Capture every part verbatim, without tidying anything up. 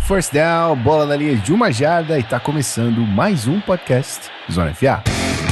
First down, bola na linha de uma jarda e tá começando mais um podcast Zona F A.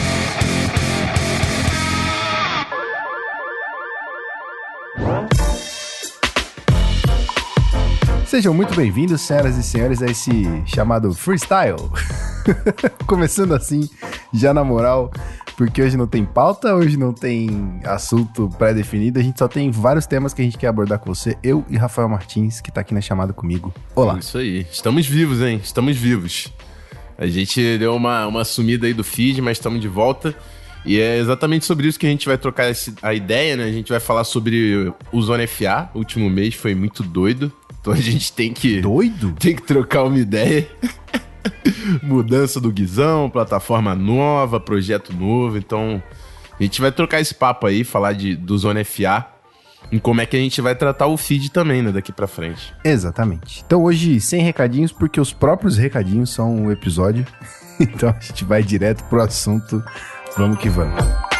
Sejam muito bem-vindos, senhoras e senhores, a esse chamado Freestyle. Começando assim, já na moral, porque hoje não tem pauta, hoje não tem assunto pré-definido, a gente só tem vários temas que a gente quer abordar com você, eu e Rafael Martins, que tá aqui na chamada comigo. Olá. Isso aí, estamos vivos, hein? Estamos vivos. A gente deu uma, uma sumida aí do feed, mas estamos de volta. E é exatamente sobre isso que a gente vai trocar esse, a ideia, né? A gente vai falar sobre o Zona F A. O último mês foi muito doido. Então a gente tem que... Doido? Tem que trocar uma ideia. Mudança do Guizão, plataforma nova, projeto novo. Então a gente vai trocar esse papo aí, falar de, do Zona F A. E como é que a gente vai tratar o feed também, né? Daqui pra frente. Exatamente. Então hoje sem recadinhos, porque os próprios recadinhos são o episódio. Então a gente vai direto pro assunto. Vamos que vamos.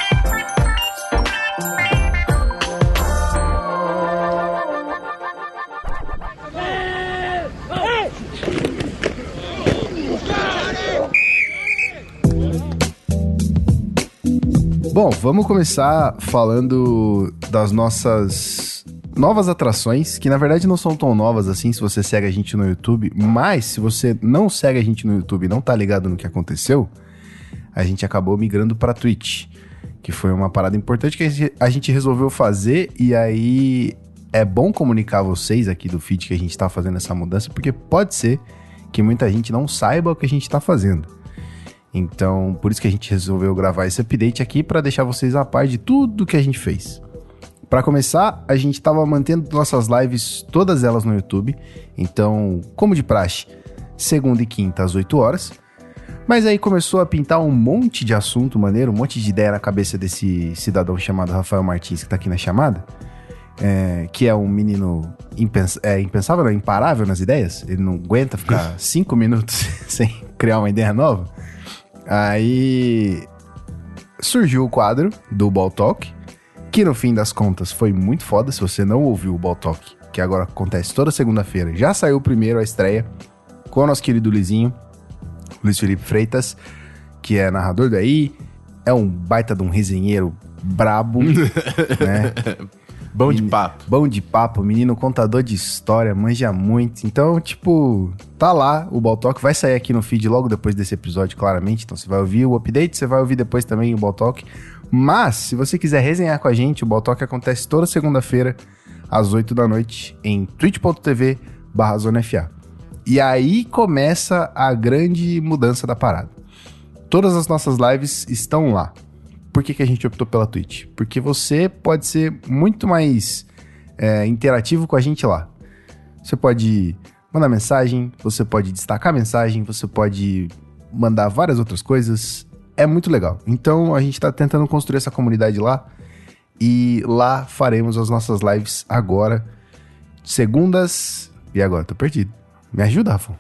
Bom, vamos começar falando das nossas novas atrações, que na verdade não são tão novas assim se você segue a gente no YouTube, mas se você não segue a gente no YouTube e não tá ligado no que aconteceu, a gente acabou migrando para Twitch, que foi uma parada importante que a gente resolveu fazer, e aí é bom comunicar a vocês aqui do feed que a gente tá fazendo essa mudança, porque pode ser que muita gente não saiba o que a gente tá fazendo. Então, por isso que a gente resolveu gravar esse update aqui para deixar vocês a par de tudo que a gente fez. Para começar, a gente tava mantendo nossas lives, todas elas no YouTube, então, como de praxe, segunda e quinta às oito horas. Mas aí começou a pintar um monte de assunto maneiro, um monte de ideia na cabeça desse cidadão chamado Rafael Martins, que tá aqui na chamada, é, que é um menino impens- é, impensável, não, imparável nas ideias. Ele não aguenta ficar cinco minutos sem criar uma ideia nova. Aí surgiu o quadro do Ball Talk, que no fim das contas foi muito foda. Se você não ouviu o Ball Talk, que agora acontece toda segunda-feira, já saiu o primeiro, a estreia, com o nosso querido Luizinho, Luiz Felipe Freitas, que é narrador daí, é um baita de um resenheiro brabo, né? Bom de papo. Bom de papo, menino contador de história, manja muito. Então, tipo, tá lá o Ball Talk, vai sair aqui no feed logo depois desse episódio, claramente. Então você vai ouvir o update, você vai ouvir depois também o Ball Talk. Mas, se você quiser resenhar com a gente, o Ball Talk acontece toda segunda-feira, às oito da noite, em twitch.tv barra Zona F A. E aí começa a grande mudança da parada. Todas as nossas lives estão lá. Por que que a gente optou pela Twitch? Porque você pode ser muito mais é, interativo com a gente lá. Você pode mandar mensagem, você pode destacar mensagem, você pode mandar várias outras coisas. É muito legal. Então a gente tá tentando construir essa comunidade lá. E lá faremos as nossas lives agora. Segundas... E agora? Tô perdido. Me ajuda, Rafa.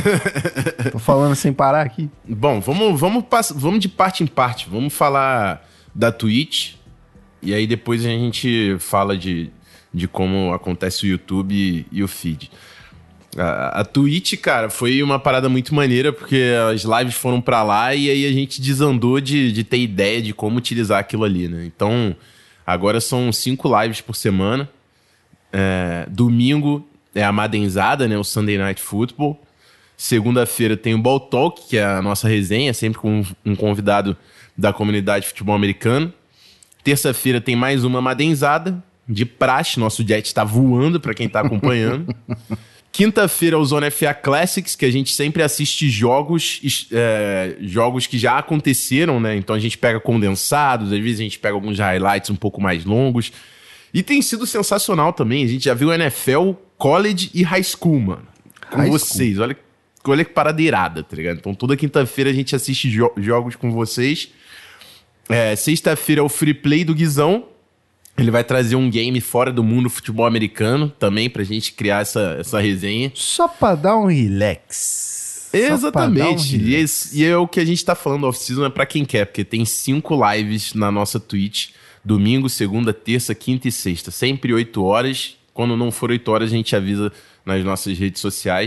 Tô falando sem parar aqui. Bom, vamos, vamos, pass- vamos de parte em parte. Vamos falar da Twitch. E aí depois a gente fala de, de como acontece o YouTube e, e o feed. A, a Twitch, cara, foi uma parada muito maneira, porque as lives foram pra lá e aí a gente desandou de, de ter ideia de como utilizar aquilo ali, né? Então, agora são cinco lives por semana. É, domingo é a Madenzada, né? O Sunday Night Football. Segunda-feira tem o Ball Talk, que é a nossa resenha, sempre com um convidado da comunidade de futebol americano. Terça-feira tem mais uma Madenzada, de praxe. Nosso jet tá voando para quem tá acompanhando. Quinta-feira é o Zona F A Classics, que a gente sempre assiste jogos, é, jogos que já aconteceram, né? Então a gente pega condensados, às vezes a gente pega alguns highlights um pouco mais longos. E tem sido sensacional também. A gente já viu N F L, college e high school, mano. Com High vocês. school. Olha, olha que parada irada, tá ligado? Então toda quinta-feira a gente assiste jo- jogos com vocês. É, sexta-feira é o Free Play do Guizão. Ele vai trazer um game fora do mundo futebol americano também pra gente criar essa, essa resenha. Só pra dar um relax. Exatamente. Um e, esse, e é o que a gente tá falando, off-season é pra quem quer, porque tem cinco lives na nossa Twitch. Domingo, segunda, terça, quinta e sexta. Sempre oito horas. Quando não for oito horas, a gente avisa nas nossas redes sociais.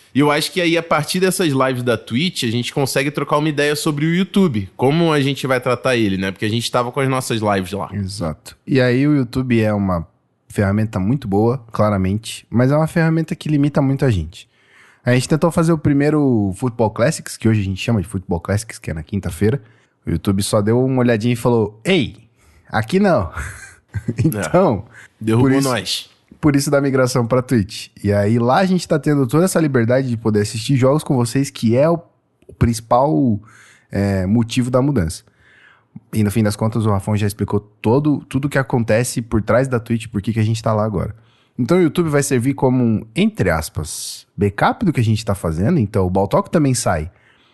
E eu acho que aí, a partir dessas lives da Twitch, a gente consegue trocar uma ideia sobre o YouTube. Como a gente vai tratar ele, né? Porque a gente tava com as nossas lives lá. Exato. E aí o YouTube é uma ferramenta muito boa, claramente, mas é uma ferramenta que limita muito a gente. A gente tentou fazer o primeiro Football Classics, que hoje a gente chama de Football Classics, que é na quinta-feira. O YouTube só deu uma olhadinha e falou, ei, aqui não. Então... É, derrubou por isso, nós. Por isso da migração pra Twitch. E aí lá a gente tá tendo toda essa liberdade de poder assistir jogos com vocês, que é o, o principal é, motivo da mudança. E no fim das contas o Rafão já explicou todo, tudo o que acontece por trás da Twitch, por que que a gente tá lá agora. Então o YouTube vai servir como um, entre aspas, backup do que a gente tá fazendo. Então o Ball Talk também sai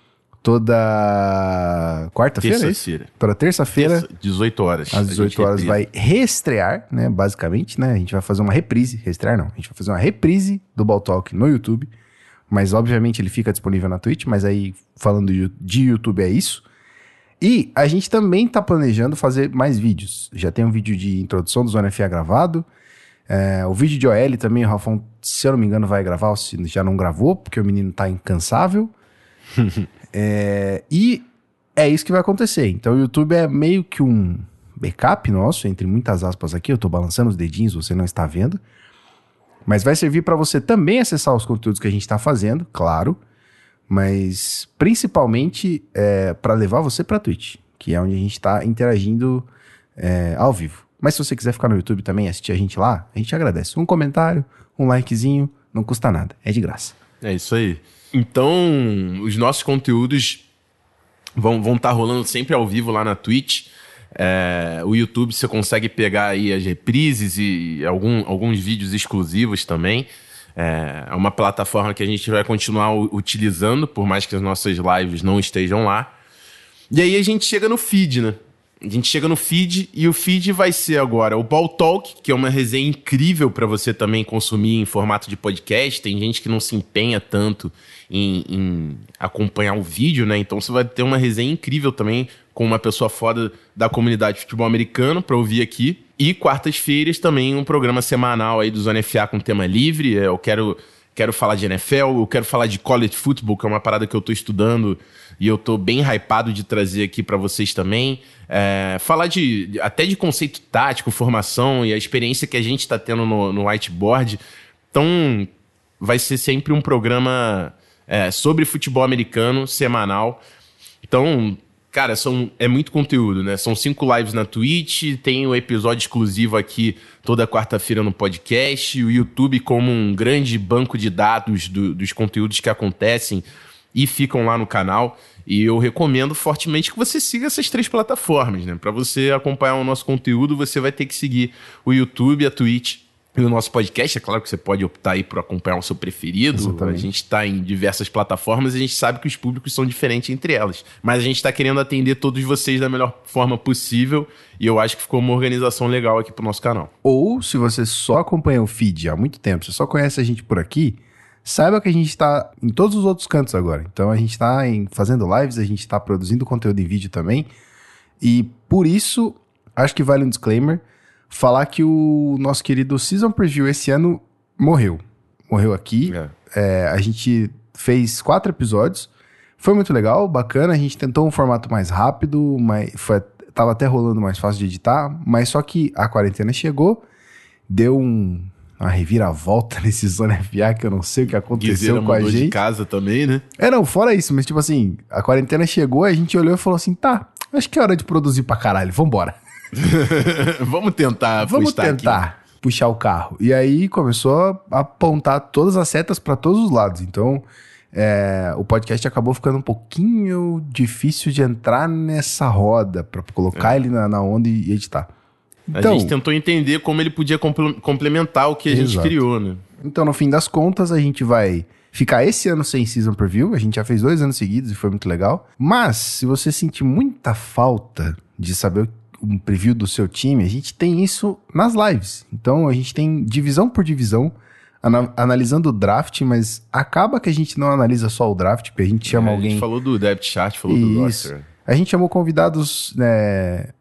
toda quarta-feira? Terça-feira. Toda terça-feira. Terça, dezoito horas. Às dezoito horas vai reestrear, né? Basicamente, né? A gente vai fazer uma reprise. Reestrear não. A gente vai fazer uma reprise do Ball Talk no YouTube. Mas, obviamente, ele fica disponível na Twitch. Mas aí, falando de YouTube, é isso. E a gente também tá planejando fazer mais vídeos. Já tem um vídeo de introdução do Zona F A gravado. É, o vídeo de O L também, o Rafão, se eu não me engano, vai gravar. Ou se já não gravou, porque o menino tá incansável. É, e é isso que vai acontecer. Então o YouTube é meio que um backup nosso, entre muitas aspas aqui. Eu tô balançando os dedinhos, você não está vendo. Mas vai servir para você também acessar os conteúdos que a gente tá fazendo, claro. Mas principalmente é, para levar você pra Twitch, que é onde a gente tá interagindo é, ao vivo. Mas se você quiser ficar no YouTube também e assistir a gente lá, a gente agradece. Um comentário, um likezinho, não custa nada, é de graça. É isso aí. Então, os nossos conteúdos vão vão estar rolando sempre ao vivo lá na Twitch. É, o YouTube você consegue pegar aí as reprises e algum, alguns vídeos exclusivos também. É, é uma plataforma que a gente vai continuar utilizando, por mais que as nossas lives não estejam lá. E aí a gente chega no feed, né? A gente chega no feed e o feed vai ser agora o Ball Talk, que é uma resenha incrível para você também consumir em formato de podcast. Tem gente que não se empenha tanto em, em acompanhar o vídeo, né? Então você vai ter uma resenha incrível também com uma pessoa foda da comunidade de futebol americano para ouvir aqui. E quartas-feiras também um programa semanal aí do Zona F A com tema livre. Eu quero... Quero falar de N F L, eu quero falar de college football, que é uma parada que eu tô estudando e eu tô bem hypado de trazer aqui para vocês também. É, falar de até de conceito tático, formação e a experiência que a gente tá tendo no, no whiteboard. Então, vai ser sempre um programa é, sobre futebol americano, semanal. Então, cara, são, é muito conteúdo, né? São cinco lives na Twitch, tem o um episódio exclusivo aqui toda quarta-feira no podcast, o YouTube como um grande banco de dados do, dos conteúdos que acontecem e ficam lá no canal. E eu recomendo fortemente que você siga essas três plataformas, né? Para você acompanhar o nosso conteúdo, você vai ter que seguir o YouTube, a Twitch e o nosso podcast. É claro que você pode optar aí por acompanhar o seu preferido. Exatamente. A gente está em diversas plataformas e a gente sabe que os públicos são diferentes entre elas. Mas a gente está querendo atender todos vocês da melhor forma possível e eu acho que ficou uma organização legal aqui pro nosso canal. Ou, se você só acompanha o feed há muito tempo, você só conhece a gente por aqui, saiba que a gente está em todos os outros cantos agora. Então a gente está fazendo lives, a gente está produzindo conteúdo em vídeo também. E por isso, acho que vale um disclaimer, falar que o nosso querido Season Preview esse ano morreu. Morreu aqui. É. É, a gente fez quatro episódios. Foi muito legal, bacana. A gente tentou um formato mais rápido, mas foi, tava até rolando mais fácil de editar. Mas só que a quarentena chegou, deu um, uma reviravolta nesse Zona F A que eu não sei o que aconteceu Guizeira com a gente. De casa também, né? É, não, fora isso. Mas tipo assim, a quarentena chegou, a gente olhou e falou assim, tá, acho que é hora de produzir pra caralho, vambora. Vamos tentar Vamos tentar aqui. puxar o carro. E aí começou a apontar todas as setas para todos os lados. Então, é, o podcast acabou ficando um pouquinho difícil de entrar nessa roda para colocar é. ele na, na onda e editar. Então, a gente tentou entender como ele podia complementar o que a exato. gente criou, né? Então, no fim das contas, a gente vai ficar esse ano sem Season Preview. A gente já fez dois anos seguidos e foi muito legal. Mas, se você sentir muita falta de saber o um preview do seu time, a gente tem isso nas lives. Então a gente tem divisão por divisão, ana- analisando o draft, mas acaba que a gente não analisa só o draft, porque a gente chama é, alguém... A gente falou do depth chart, falou isso. do roster. A gente chamou convidados, né,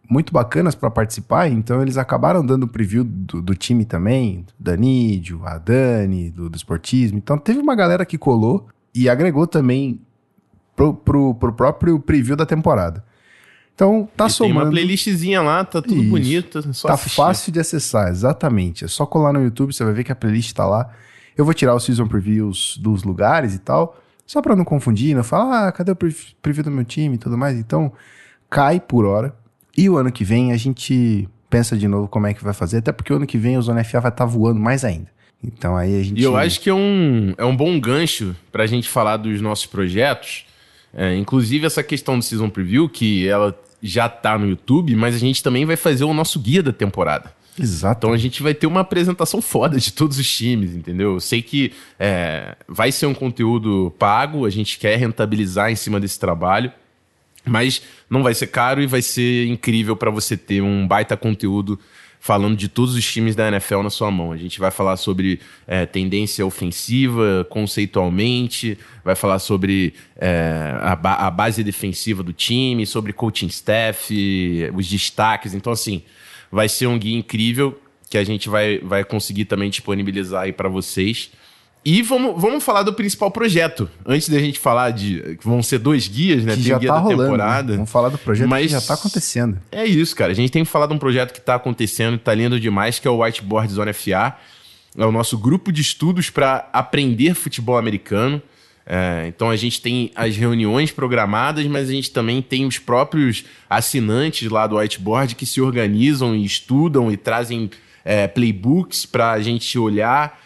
muito bacanas para participar, então eles acabaram dando preview do, do time também, do Danídio, a Dani, do, do Esportismo. Então teve uma galera que colou e agregou também pro, pro, pro próprio preview da temporada. Então tá e somando. Tem uma playlistzinha lá, tá tudo Isso. bonito, é só Tá assistir. fácil de acessar, exatamente. É só colar no YouTube, você vai ver que a playlist tá lá. Eu vou tirar os season previews dos lugares e tal, só pra não confundir, não falar, ah, cadê o preview do meu time e tudo mais. Então, cai por hora. E o ano que vem a gente pensa de novo como é que vai fazer, até porque o ano que vem o Zona F A vai estar voando mais ainda. Então aí a gente... E eu acho que é um, é um bom gancho pra gente falar dos nossos projetos. É, inclusive essa questão do Season Preview, que ela já tá no YouTube, mas a gente também vai fazer o nosso guia da temporada. Exato. Então a gente vai ter uma apresentação foda de todos os times, entendeu? Eu sei que é, vai ser um conteúdo pago, a gente quer rentabilizar em cima desse trabalho, mas não vai ser caro e vai ser incrível para você ter um baita conteúdo falando de todos os times da N F L na sua mão. A gente vai falar sobre é, tendência ofensiva, conceitualmente, vai falar sobre é, a, ba- a base defensiva do time, sobre coaching staff, os destaques. Então, assim, vai ser um guia incrível que a gente vai, vai conseguir também disponibilizar aí para vocês. E vamos, vamos falar do principal projeto. Antes da gente falar de... Vão ser dois guias, né? Que Tem já o guia tá da rolando, temporada. né? Vamos falar do projeto mas que já tá acontecendo. É isso, cara. A gente tem que falar de um projeto que tá acontecendo, tá lindo demais, que é o Whiteboard Zona F A. É o nosso grupo de estudos para aprender futebol americano. É, então a gente tem as reuniões programadas, mas a gente também tem os próprios assinantes lá do Whiteboard que se organizam e estudam e trazem é, playbooks para a gente olhar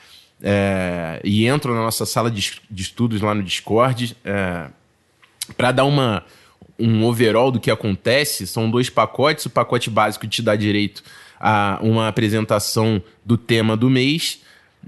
é, e entram na nossa sala de, de estudos lá no Discord é, para dar uma, um overall do que acontece. São dois pacotes. O pacote básico te dá direito a uma apresentação do tema do mês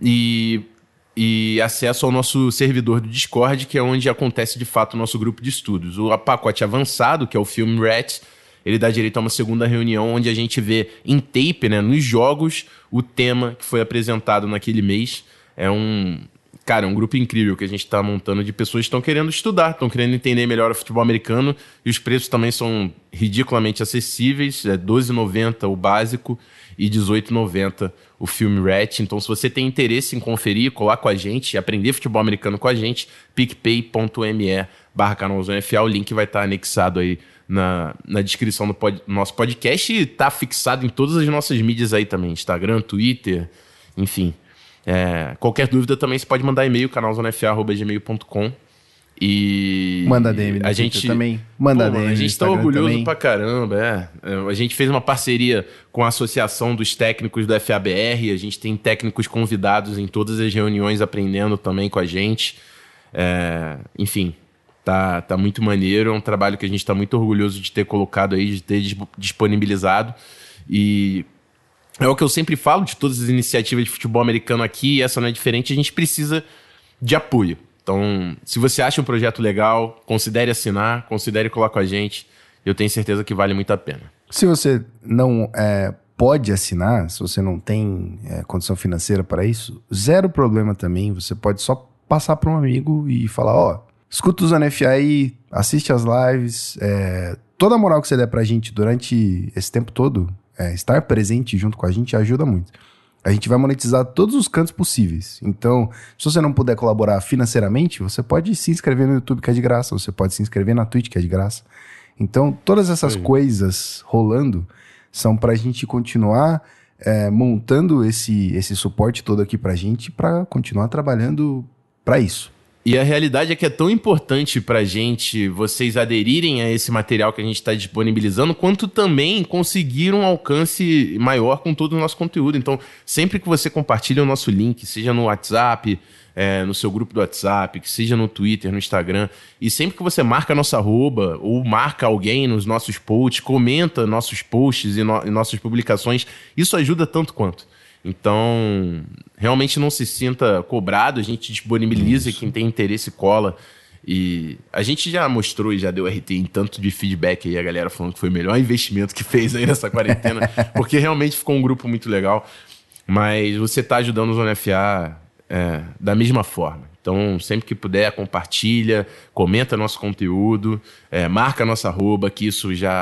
e e acesso ao nosso servidor do Discord, que é onde acontece de fato o nosso grupo de estudos. O pacote avançado, que é o Film Rat, ele dá direito a uma segunda reunião onde a gente vê em tape, né, nos jogos, o tema que foi apresentado naquele mês. É um, cara, um grupo incrível que a gente está montando de pessoas que estão querendo estudar, estão querendo entender melhor o futebol americano, e os preços também são ridiculamente acessíveis, é doze reais e noventa centavos o básico e dezoito reais e noventa centavos o Film Rat. Então, se você tem interesse em conferir, colar com a gente, aprender futebol americano com a gente, picpay.me barra canal Zona F A, o link vai estar anexado aí na, na descrição do pod, nosso podcast e está fixado em todas as nossas mídias aí também, Instagram, Twitter, enfim. É, qualquer dúvida também você pode mandar e-mail, canalzonafa arroba gmail ponto com. E manda D M no a Twitter gente também. Manda Pô, D M mano, a no gente tá Instagram orgulhoso também. pra caramba, é. É, a gente fez uma parceria com a Associação dos Técnicos do F A B R, a gente tem técnicos convidados em todas as reuniões aprendendo também com a gente. É, enfim, tá, tá muito maneiro, é um trabalho que a gente tá muito orgulhoso de ter colocado aí, de ter disponibilizado. E é o que eu sempre falo de todas as iniciativas de futebol americano aqui, e essa não é diferente, a gente precisa de apoio. Então, se você acha um projeto legal, considere assinar, considere colar com a gente. Eu tenho certeza que vale muito a pena. Se você não é, pode assinar, se você não tem é, condição financeira para isso, zero problema também. Você pode só passar para um amigo e falar, ó, escuta o Zona F A aí, assiste as lives. É, toda a moral que você der pra gente durante esse tempo todo, é, estar presente junto com a gente ajuda muito. A gente vai monetizar todos os cantos possíveis. Então, se você não puder colaborar financeiramente, você pode se inscrever no YouTube, que é de graça. Você pode se inscrever na Twitch, que é de graça. Então, todas essas Sim. coisas rolando são pra gente continuar é, montando esse, esse suporte todo aqui pra gente, pra continuar trabalhando pra isso. E a realidade é que é tão importante pra gente vocês aderirem a esse material que a gente está disponibilizando, quanto também conseguir um alcance maior com todo o nosso conteúdo. Então, sempre que você compartilha o nosso link, seja no WhatsApp, é, no seu grupo do WhatsApp, que seja no Twitter, no Instagram, e sempre que você marca a nossa arroba ou marca alguém nos nossos posts, comenta nossos posts e, no, e nossas publicações, isso ajuda tanto quanto. Então, realmente não se sinta cobrado, a gente disponibiliza, quem tem interesse cola. E a gente já mostrou e já deu R T em tanto de feedback aí, a galera falando que foi o melhor investimento que fez aí nessa quarentena, porque realmente ficou um grupo muito legal. Mas você está ajudando o Zona F A é, da mesma forma. Então, sempre que puder, compartilha, comenta nosso conteúdo, é, marca a nossa arroba, que isso já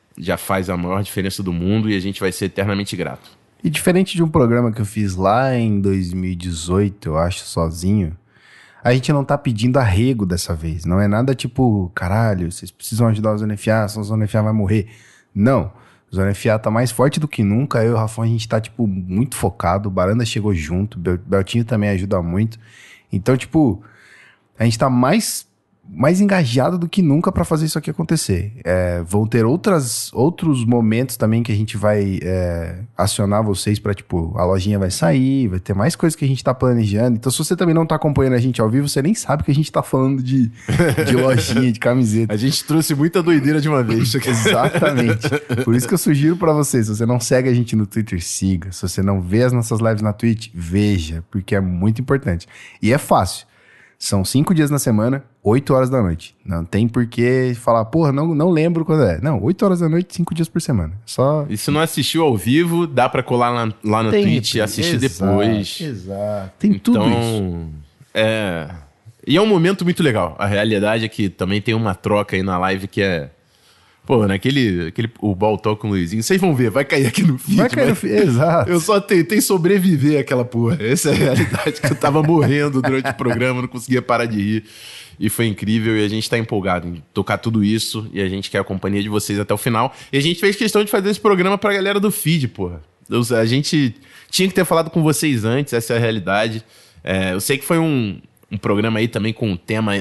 já faz a maior diferença do mundo e a gente vai ser eternamente grato. E diferente de um programa que eu fiz lá em dois mil e dezoito, eu acho, sozinho, a gente não tá pedindo arrego dessa vez. Não é nada tipo, caralho, vocês precisam ajudar o Zona F A, senão o Zona F A vai morrer. Não. O Zona F A tá mais forte do que nunca. Eu e o Rafão, a gente tá, tipo, muito focado. O Baranda chegou junto. O Beltinho também ajuda muito. Então, tipo, a gente tá mais, mais engajado do que nunca pra fazer isso aqui acontecer. É, vão ter outras, outros momentos também que a gente vai é, acionar vocês pra, tipo, a lojinha vai sair, vai ter mais coisas que a gente tá planejando. Então, se você também não tá acompanhando a gente ao vivo, você nem sabe que a gente tá falando de, de lojinha, de camiseta. A gente trouxe muita doideira de uma vez. Exatamente. Por isso que eu sugiro pra vocês, se você não segue a gente no Twitter, siga. Se você não vê as nossas lives na Twitch, veja, porque é muito importante. E é fácil. São cinco dias na semana, oito horas da noite. Não tem por que falar, porra, não, não lembro quando é. Não, oito horas da noite, cinco dias por semana. Só... E se não assistiu ao vivo, dá pra colar lá, lá no tem, Twitch e assistir exato, depois. Exato. Tem então, tudo isso. É... E é um momento muito legal. A realidade é que também tem uma troca aí na live que é... Pô, naquele... Aquele, o Ball Talk com o Luizinho, vocês vão ver, vai cair aqui no feed. Vai cair no feed, exato. Eu só tentei sobreviver àquela porra. Essa é a realidade, que eu tava morrendo durante o programa, não conseguia parar de rir. E foi incrível, e a gente tá empolgado em tocar tudo isso, e a gente quer a companhia de vocês até o final. E a gente fez questão de fazer esse programa pra galera do feed, porra. Eu, a gente tinha que ter falado com vocês antes, essa é a realidade. É, eu sei que foi um, um programa aí também com um tema...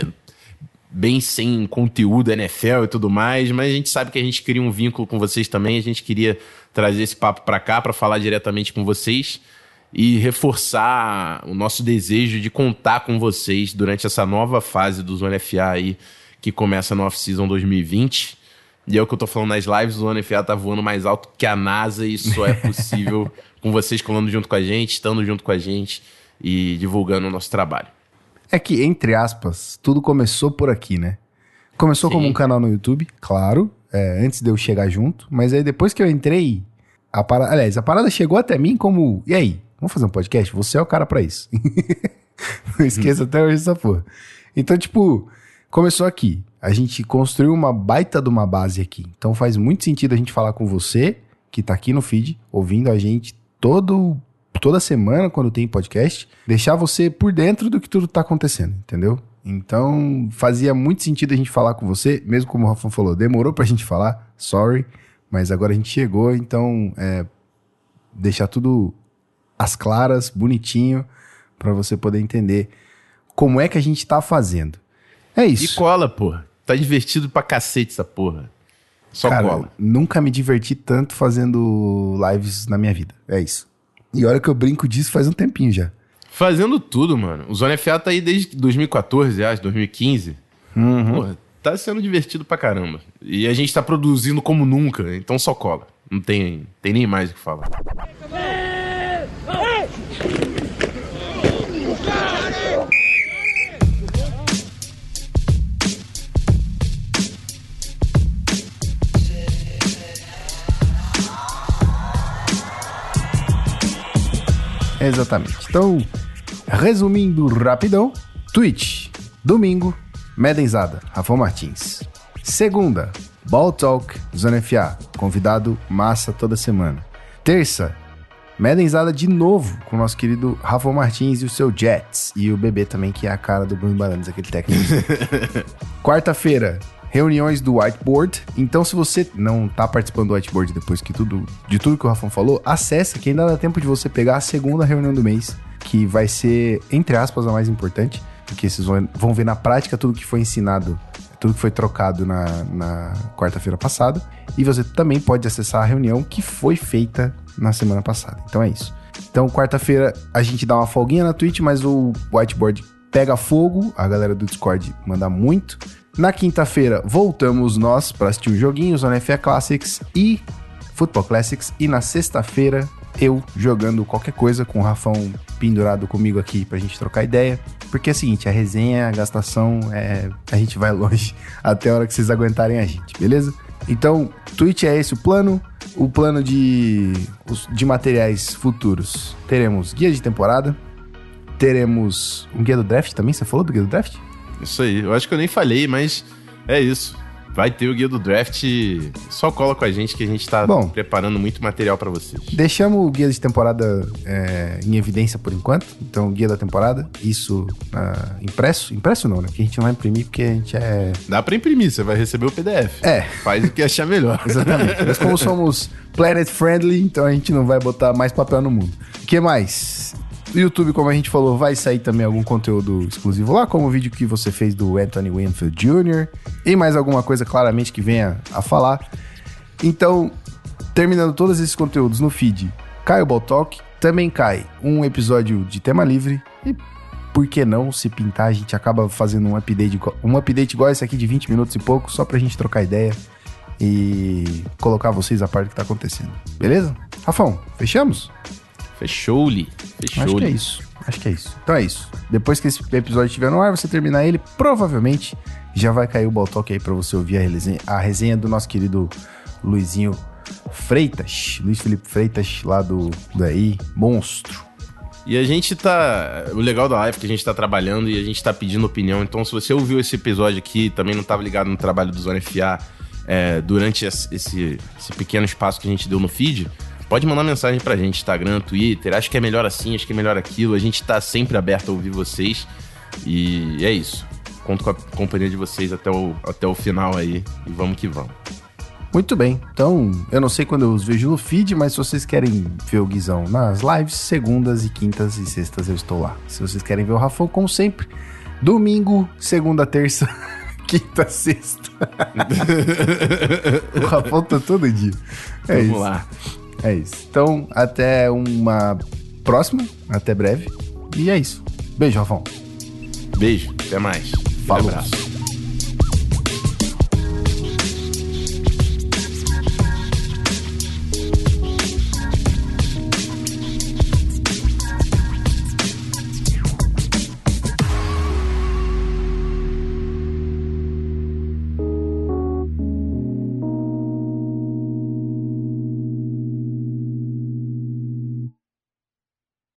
bem sem conteúdo N F L e tudo mais, mas a gente sabe que a gente queria um vínculo com vocês também, a gente queria trazer esse papo pra cá, pra falar diretamente com vocês e reforçar o nosso desejo de contar com vocês durante essa nova fase do Zona F A aí, que começa no Off-Season dois mil e vinte. E é o que eu tô falando nas lives, o Zona F A tá voando mais alto que a NASA e isso é possível com vocês colando junto com a gente, estando junto com a gente e divulgando o nosso trabalho. É que, entre aspas, tudo começou por aqui, né? Começou Sim. como um canal no YouTube, claro, é, antes de eu chegar junto, mas aí depois que eu entrei, a parada, aliás, a parada chegou até mim como, e aí, vamos fazer um podcast? Você é o cara pra isso. Não esqueça até hoje essa porra. Então, tipo, começou aqui. A gente construiu uma baita de uma base aqui. Então faz muito sentido a gente falar com você, que tá aqui no feed, ouvindo a gente todo... toda semana, quando tem podcast, deixar você por dentro do que tudo tá acontecendo, entendeu? Então, fazia muito sentido a gente falar com você, mesmo como o Rafão falou, demorou pra gente falar, sorry, mas agora a gente chegou, então, é, deixar tudo às claras, bonitinho, pra você poder entender como é que a gente tá fazendo. É isso. E cola, porra. Tá divertido pra cacete essa porra. Só Cara, cola. Nunca me diverti tanto fazendo lives na minha vida, é isso. E olha que eu brinco disso faz um tempinho já. Fazendo tudo, mano. O Zona F A tá aí desde dois mil e quatorze, acho, dois mil e quinze. Uhum. Porra, tá sendo divertido pra caramba. E a gente tá produzindo como nunca, então só cola. Não tem, tem nem mais o que falar. Exatamente. Então, resumindo rapidão, Twitch, domingo, Medenzada, Rafão Martins. Segunda, Ball Talk, Zona F A, convidado massa toda semana. Terça, Medenzada de novo com o nosso querido Rafão Martins e o seu Jets. E o bebê também, que é a cara do Bruno Barandas, aquele técnico. Quarta-feira, reuniões do Whiteboard. Então, se você não tá participando do Whiteboard depois que tudo, de tudo que o Rafão falou, acessa, que ainda dá tempo de você pegar a segunda reunião do mês, que vai ser, entre aspas, a mais importante, porque vocês vão, vão ver na prática tudo que foi ensinado, tudo que foi trocado na, na quarta-feira passada. E você também pode acessar a reunião que foi feita na semana passada. Então é isso. Então, quarta-feira, a gente dá uma folguinha na Twitch, mas o Whiteboard pega fogo, a galera do Discord manda muito. Na quinta-feira, voltamos nós para assistir os joguinhos, Zona F A Classics e Football Classics. E na sexta-feira, eu jogando qualquer coisa com o Rafão pendurado comigo aqui pra gente trocar ideia. Porque é o seguinte, a resenha, a gastação, é, a gente vai longe até a hora que vocês aguentarem a gente, beleza? Então, Twitch é esse o plano. O plano de, de materiais futuros. Teremos guia de temporada. Teremos um guia do draft também. Você falou do guia do draft? Isso aí. Eu acho que eu nem falei, mas é isso. vai ter o Guia do Draft. Só cola com a gente que a gente tá Bom, preparando muito material pra vocês. Deixamos o guia de temporada é, em evidência por enquanto. Então, o guia da temporada, isso uh, impresso. Impresso não, né? Porque a gente não vai imprimir porque a gente é... Dá pra imprimir, você vai receber o P D F. É. Faz o que achar melhor. Exatamente. Mas como somos planet friendly, então a gente não vai botar mais papel no mundo. O que mais? No YouTube, como a gente falou, vai sair também algum conteúdo exclusivo lá, como o vídeo que você fez do Anthony Winfield Júnior E mais alguma coisa, claramente, que venha a falar. Então, terminando todos esses conteúdos no feed, cai o Ball Talk. Também cai um episódio de tema livre. E por que não, se pintar, a gente acaba fazendo um update, um update igual esse aqui de vinte minutos e pouco, só pra gente trocar ideia e colocar vocês a parte do que tá acontecendo. Beleza? Rafão, fechamos? Fechou-lhe. Fechou-lhe. Acho que é isso. Acho que é isso. Então é isso. Depois que esse episódio estiver no ar, você terminar ele, provavelmente já vai cair o Ball Talk aí pra você ouvir a resenha, a resenha do nosso querido Luizinho Freitas. Luiz Felipe Freitas, lá do, do A I, monstro. E a gente tá... O legal da live é que a gente tá trabalhando e a gente tá pedindo opinião. Então, se você ouviu esse episódio aqui, também não tava ligado no trabalho do Zona F A é, durante esse, esse, esse pequeno espaço que a gente deu no feed, pode mandar mensagem pra gente, Instagram, Twitter. Acho que é melhor assim, acho que é melhor aquilo. A gente tá sempre aberto a ouvir vocês. E é isso. Conto com a companhia de vocês até o, até o final aí. E vamos que vamos. Muito bem. Então, eu não sei quando eu os vejo no feed, mas se vocês querem ver o Guizão nas lives, segundas e quintas e sextas eu estou lá. Se vocês querem ver o Rafão, como sempre, domingo, segunda, terça, quinta, sexta. O Rafão tá todo dia. É Vamos isso. lá. É isso. Então, até uma próxima. Até breve. E é isso. Beijo, Rafão. Beijo. Até mais. Falou. Um abraço.